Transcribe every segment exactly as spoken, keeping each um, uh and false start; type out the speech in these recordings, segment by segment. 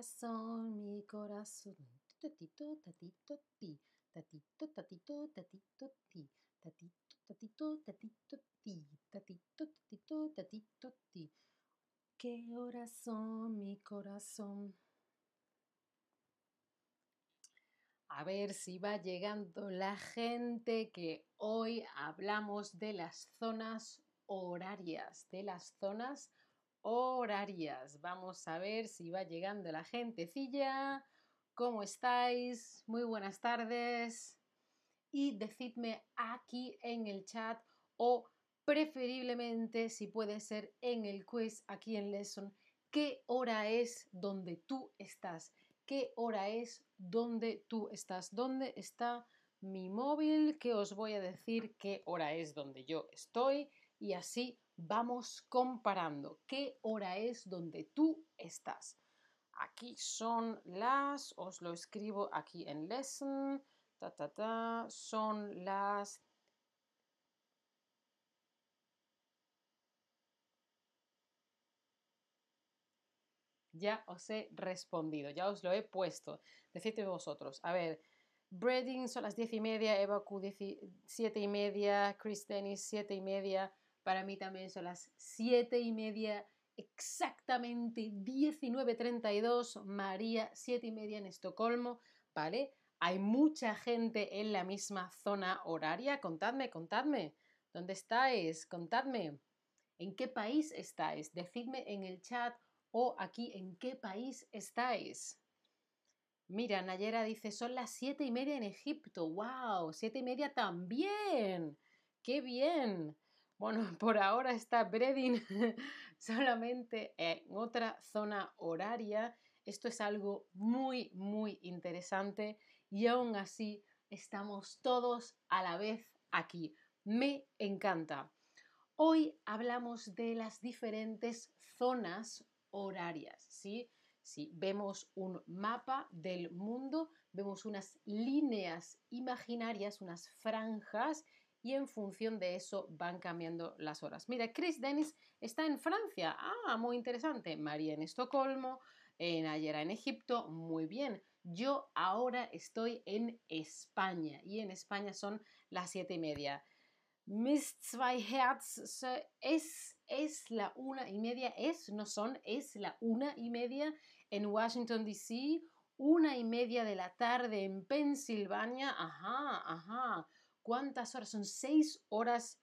corazón, mi corazón. Tatito, tatito, ti. Tatito, tatito, tatito, ti. Tatito, tatito, tatito, ti. Tatito, tatito, tatito, ti. ¿Qué horas son, mi corazón? A ver si va llegando la gente, que hoy hablamos de las zonas horarias, de las zonas horarias. Vamos a ver si va llegando la gentecilla. ¿Cómo estáis? Muy buenas tardes. Y decidme aquí en el chat o preferiblemente, si puede ser en el quiz aquí en Lesson, qué hora es donde tú estás. ¿Qué hora es donde tú estás? ¿Dónde está mi móvil? Que os voy a decir qué hora es donde yo estoy y así vamos comparando. ¿Qué hora es donde tú estás? Aquí son las, os lo escribo aquí en lesson, ta, ta, ta, son las... Ya os he respondido, ya os lo he puesto. Decidme vosotros. A ver, Breading son las diez y media, Eva Q siete y media, Chris Dennis siete y media. Para mí también son las siete y media, exactamente diecinueve treinta y dos. María, siete y media en Estocolmo, ¿vale? Hay mucha gente en la misma zona horaria. Contadme, contadme. ¿Dónde estáis? Contadme. ¿En qué país estáis? Decidme en el chat o aquí en qué país estáis. Mira, Nayera dice, son las siete y media en Egipto. ¡Wow! Siete y media también. ¡Qué bien! Bueno, por ahora está Bredin solamente en otra zona horaria. Esto es algo muy, muy interesante y aún así estamos todos a la vez aquí. Me encanta. Hoy hablamos de las diferentes zonas horarias, ¿sí? Si vemos un mapa del mundo, vemos unas líneas imaginarias, unas franjas, y en función de eso van cambiando las horas. Mira, Chris Dennis está en Francia. Ah, muy interesante. María en Estocolmo, en Nayera en Egipto. Muy bien. Yo ahora estoy en España y en España son las siete y media. Miss Zwei Herz es, es la una y media, es, no son, es la una y media en Washington, D C, una y media de la tarde en Pensilvania, ajá, ajá. ¿Cuántas horas? Son seis horas,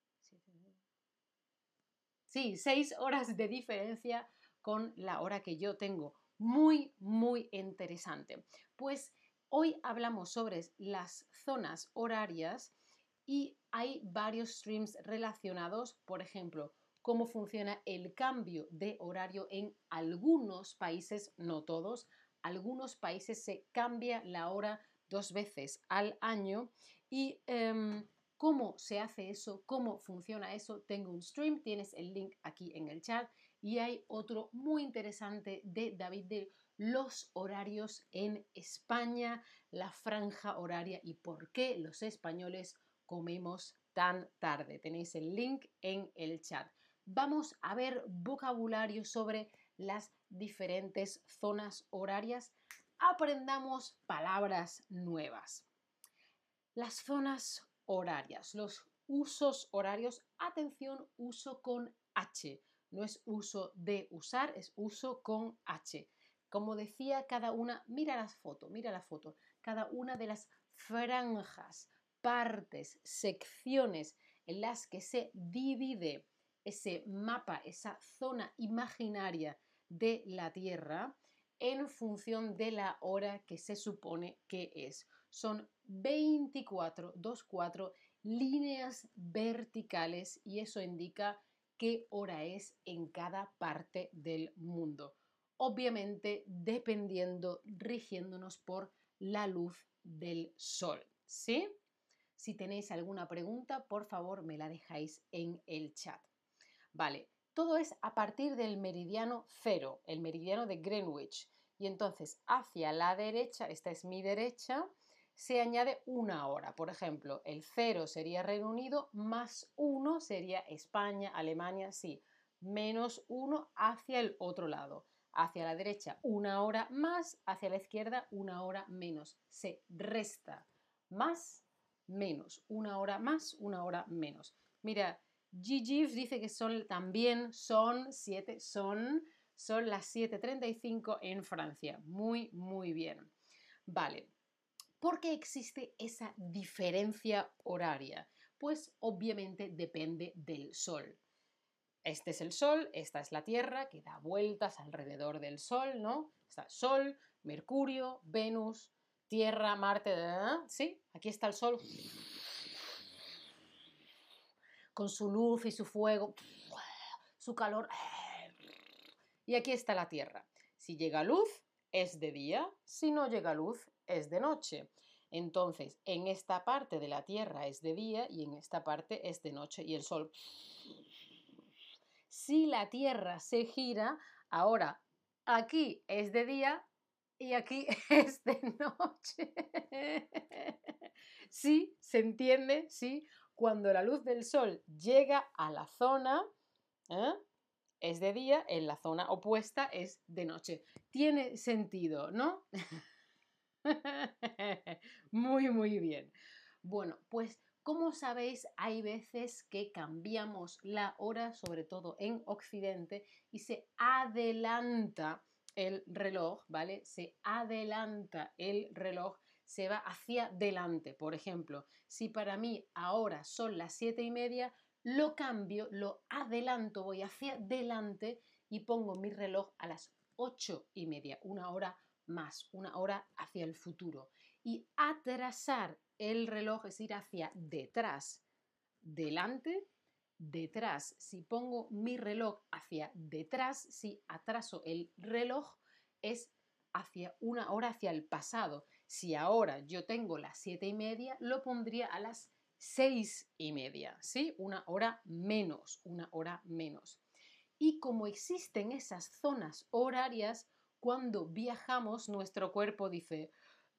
sí, seis horas de diferencia con la hora que yo tengo. Muy, muy interesante. Pues hoy hablamos sobre las zonas horarias y hay varios streams relacionados, por ejemplo, cómo funciona el cambio de horario en algunos países, no todos, algunos países se cambia la hora dos veces al año y eh, cómo se hace eso, cómo funciona eso. Tengo un stream, tienes el link aquí en el chat y hay otro muy interesante de David de los horarios en España, la franja horaria y por qué los españoles comemos tan tarde. Tenéis el link en el chat. Vamos a ver vocabulario sobre las diferentes zonas horarias. Aprendamos palabras nuevas. Las zonas horarias, los usos horarios. Atención, uso con H. No es uso de usar, es uso con H. Como decía cada una, mira las fotos, mira la foto, cada una de las franjas, partes, secciones en las que se divide ese mapa, esa zona imaginaria de la Tierra en función de la hora que se supone que es. Son veinticuatro, veinticuatro líneas verticales y eso indica qué hora es en cada parte del mundo. Obviamente dependiendo, rigiéndonos por la luz del sol, ¿sí? Si tenéis alguna pregunta, por favor me la dejáis en el chat. Vale, todo es a partir del meridiano cero, el meridiano de Greenwich. Y entonces hacia la derecha, esta es mi derecha, se añade una hora. Por ejemplo, el cero sería Reino Unido, más uno sería España, Alemania, sí, menos uno hacia el otro lado. Hacia la derecha una hora más, hacia la izquierda una hora menos. Se resta más, menos. Una hora más, una hora menos. Mira, Gigi dice que son también son siete, son, son las siete treinta y cinco en Francia. Muy, muy bien. Vale. ¿Por qué existe esa diferencia horaria? Pues obviamente depende del Sol. Este es el Sol, esta es la Tierra, que da vueltas alrededor del Sol, ¿no? Está Sol, Mercurio, Venus, Tierra, Marte, ¿sí? Aquí está el Sol con su luz y su fuego, su calor. Y aquí está la Tierra. Si llega luz, es de día. Si no llega luz, es de noche. Entonces, en esta parte de la Tierra es de día y en esta parte es de noche. Y el Sol... Si la Tierra se gira, ahora aquí es de día y aquí es de noche. ¿Sí? ¿Se entiende? ¿Sí? Cuando la luz del Sol llega a la zona... ¿eh? Es de día, en la zona opuesta es de noche. Tiene sentido, ¿no? Muy, muy bien. Bueno, pues como sabéis, hay veces que cambiamos la hora, sobre todo en Occidente, y se adelanta el reloj, ¿vale? Se adelanta el reloj, se va hacia delante. Por ejemplo, si para mí ahora son las siete y media, lo cambio, lo adelanto, voy hacia delante y pongo mi reloj a las ocho y media, una hora más, una hora hacia el futuro. Y atrasar el reloj es ir hacia detrás, delante, detrás. Si pongo mi reloj hacia detrás, si atraso el reloj, es hacia una hora hacia el pasado. Si ahora yo tengo las siete y media, lo pondría a las seis y media, ¿sí? Una hora menos, una hora menos. Y como existen esas zonas horarias, cuando viajamos, nuestro cuerpo dice,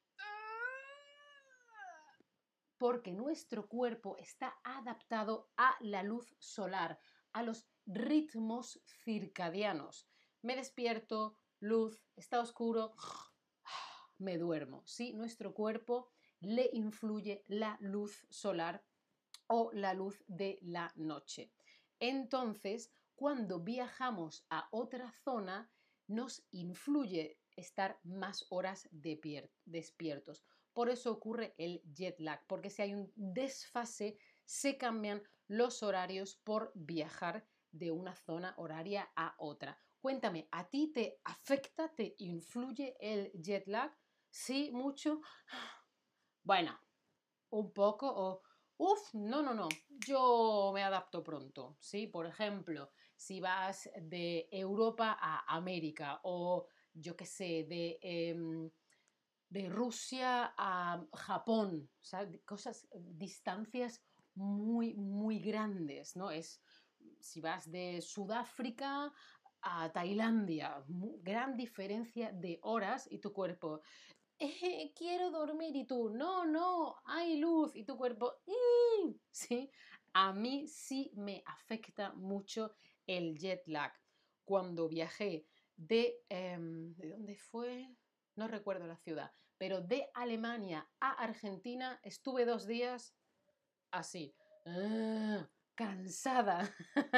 porque nuestro cuerpo está adaptado a la luz solar, a los ritmos circadianos. Me despierto, luz, está oscuro, me duermo. ¿Sí? Nuestro cuerpo le influye la luz solar o la luz de la noche. Entonces, cuando viajamos a otra zona, nos influye estar más horas despiertos. Por eso ocurre el jet lag, porque si hay un desfase, se cambian los horarios por viajar de una zona horaria a otra. Cuéntame, ¿a ti te afecta, te influye el jet lag? ¿Sí? ¿Mucho? Bueno, un poco o... Uf, no, no, no, yo me adapto pronto, ¿sí? Por ejemplo, si vas de Europa a América o yo qué sé, de, eh, de Rusia a Japón, ¿sabes? Cosas, distancias muy, muy grandes, ¿no? Es, si vas de Sudáfrica a Tailandia, gran diferencia de horas y tu cuerpo, eh, quiero dormir y tú, no, no, hay luz y tu cuerpo, mm", ¿sí? A mí sí me afecta mucho el jet lag. Cuando viajé de, eh, ¿de dónde fue? No recuerdo la ciudad, pero de Alemania a Argentina estuve dos días así, ah, cansada.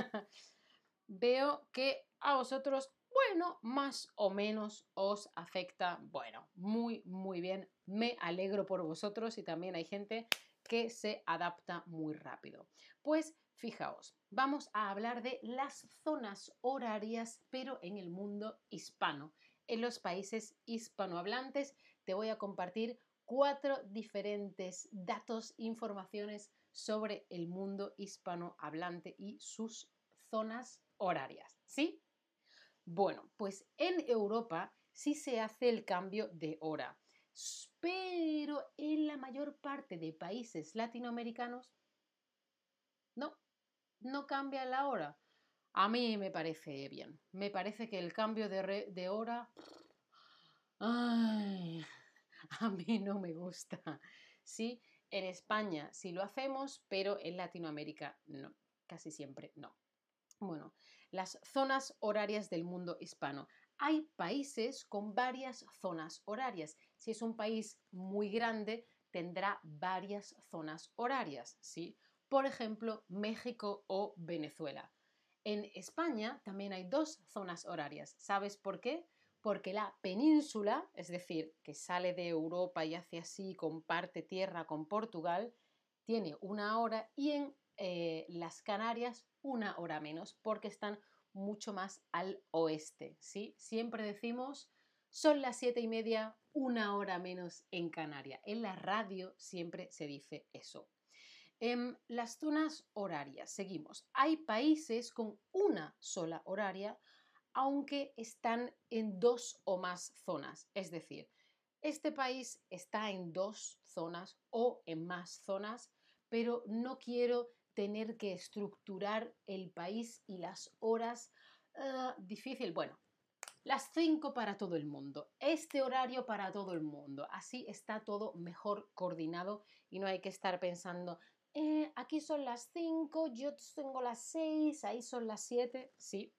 Veo que a vosotros, bueno, más o menos os afecta, bueno, muy, muy bien. Me alegro por vosotros y también hay gente que se adapta muy rápido. Pues fijaos, vamos a hablar de las zonas horarias, pero en el mundo hispano. En los países hispanohablantes te voy a compartir cuatro diferentes datos, informaciones sobre el mundo hispanohablante y sus zonas horarias, ¿sí? Bueno, pues en Europa sí se hace el cambio de hora, pero en la mayor parte de países latinoamericanos no, no cambia la hora. A mí me parece bien. Me parece que el cambio de, re, de hora, ay, a mí no me gusta. Sí, en España sí lo hacemos, pero en Latinoamérica no, casi siempre no. Bueno, las zonas horarias del mundo hispano. hay países con varias zonas horarias. Si es un país muy grande, tendrá varias zonas horarias, ¿sí? Por ejemplo, México o Venezuela. En España también hay dos zonas horarias. ¿Sabes por qué? Porque la península, es decir, que sale de Europa y hace así, comparte tierra con Portugal, tiene una hora y en eh, las Canarias una hora menos, porque están mucho más al oeste, ¿sí? Siempre decimos, son las siete y media, una hora menos en Canarias. En la radio siempre se dice eso. En las zonas horarias, seguimos. Hay países con una sola horaria, aunque están en dos o más zonas. Es decir, este país está en dos zonas o en más zonas, pero no quiero tener que estructurar el país y las horas. Uh, difícil. Bueno, las cinco para todo el mundo, este horario para todo el mundo. Así está todo mejor coordinado y no hay que estar pensando, eh, aquí son las cinco, yo tengo las seis, ahí son las siete. Sí.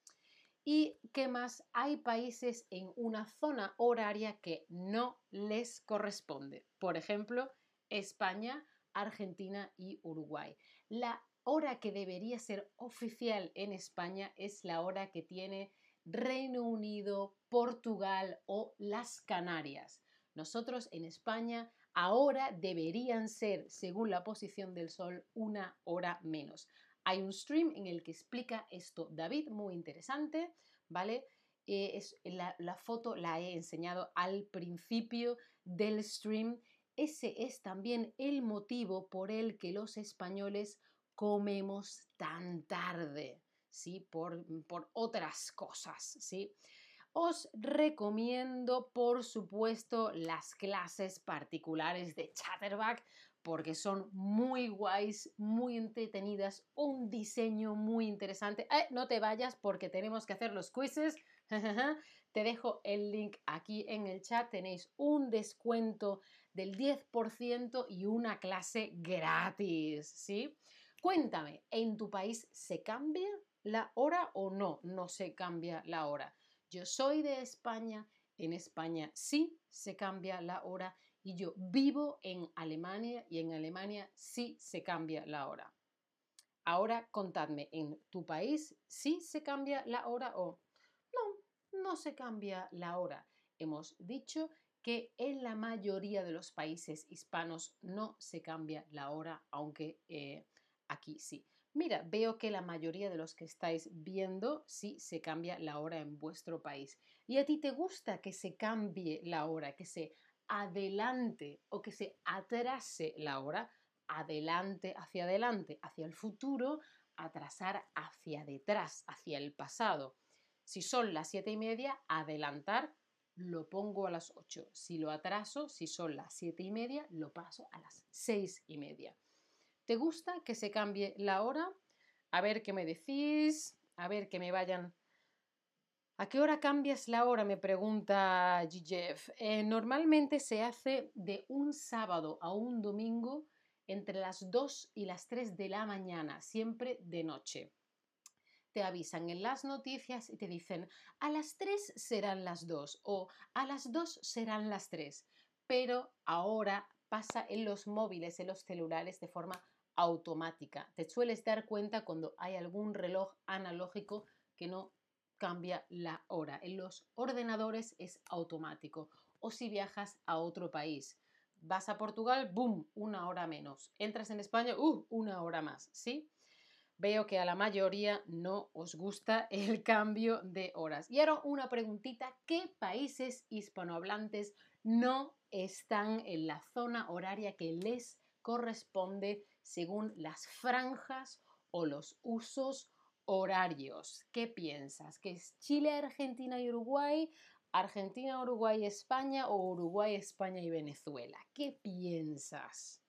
¿Y qué más? Hay países en una zona horaria que no les corresponde. Por ejemplo, España, Argentina y Uruguay. La hora que debería ser oficial en España es la hora que tiene Reino Unido, Portugal o las Canarias. Nosotros en España ahora deberían ser, según la posición del sol, una hora menos. Hay un stream en el que explica esto David, muy interesante, ¿vale? Eh, es, la, la foto la he enseñado al principio del stream. Ese es también el motivo por el que los españoles comemos tan tarde, ¿sí? Por, por otras cosas, ¿sí? Os recomiendo, por supuesto, las clases particulares de Chatterback porque son muy guays, muy entretenidas, un diseño muy interesante. Eh, no te vayas porque tenemos que hacer los quizzes. Te dejo el link aquí en el chat. Tenéis un descuento del diez por ciento y una clase gratis, ¿sí? Cuéntame, ¿en tu país se cambia la hora o no? No se cambia la hora. Yo soy de España, en España sí se cambia la hora y yo vivo en Alemania y en Alemania sí se cambia la hora. Ahora contadme, ¿en tu país sí se cambia la hora o no? No se cambia la hora. Hemos dicho que en la mayoría de los países hispanos no se cambia la hora, aunque eh, aquí sí. Mira, veo que la mayoría de los que estáis viendo sí se cambia la hora en vuestro país. ¿Y a ti te gusta que se cambie la hora, que se adelante o que se atrase la hora? Adelante hacia adelante, hacia el futuro, atrasar hacia detrás, hacia el pasado. Si son las siete y media, adelantar, lo pongo a las ocho. Si lo atraso, si son las siete y media, lo paso a las seis y media. ¿Te gusta que se cambie la hora? A ver qué me decís, a ver que me vayan. ¿A qué hora cambias la hora? Me pregunta G-Jeff. Eh, normalmente se hace de un sábado a un domingo entre las dos y las tres de la mañana, siempre de noche. Te avisan en las noticias y te dicen a las tres serán las dos o a las dos serán las tres. Pero ahora pasa en los móviles, en los celulares de forma automática. Te sueles dar cuenta cuando hay algún reloj analógico que no cambia la hora. En los ordenadores es automático. O si viajas a otro país. Vas a Portugal, ¡boom! Una hora menos. Entras en España, ¡uh! Una hora más, ¿sí? Veo que a la mayoría no os gusta el cambio de horas. Y ahora una preguntita, ¿qué países hispanohablantes no están en la zona horaria que les corresponde según las franjas o los usos horarios? ¿Qué piensas? ¿Que es Chile, Argentina y Uruguay? ¿Argentina, Uruguay, España o Uruguay, España y Venezuela? ¿Qué piensas?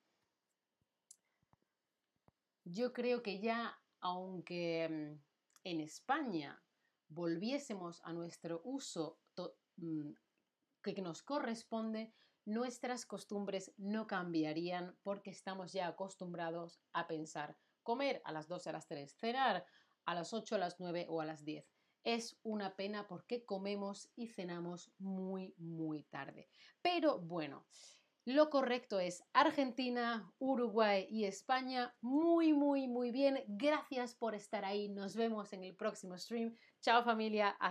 Yo creo que ya, aunque mm, en España volviésemos a nuestro uso mm, que nos corresponde, nuestras costumbres no cambiarían porque estamos ya acostumbrados a pensar comer a las doce, a las tres, cenar a las ocho, a las nueve o a las diez. es una pena porque comemos y cenamos muy, muy tarde. Pero bueno, lo correcto es Argentina, Uruguay y España. Muy, muy, muy bien. Gracias por estar ahí. Nos vemos en el próximo stream. Chao familia.